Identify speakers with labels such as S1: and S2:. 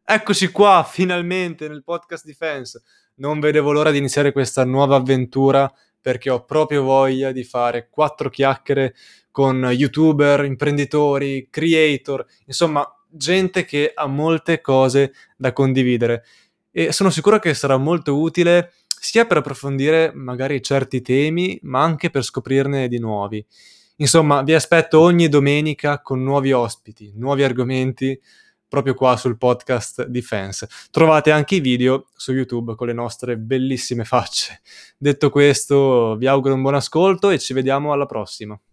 S1: Eccoci qua, finalmente nel podcast Defense. Non vedevo l'ora di iniziare questa nuova avventura perché ho proprio voglia di fare quattro chiacchiere con YouTuber, imprenditori, creator, insomma, gente che ha molte cose da condividere. E sono sicuro che sarà molto utile sia per approfondire magari certi temi, ma anche per scoprirne di nuovi. Insomma, vi aspetto ogni domenica con nuovi ospiti, nuovi argomenti, proprio qua sul podcast Defense. Trovate anche i video su YouTube con le nostre bellissime facce. Detto questo, vi auguro un buon ascolto e ci vediamo alla prossima.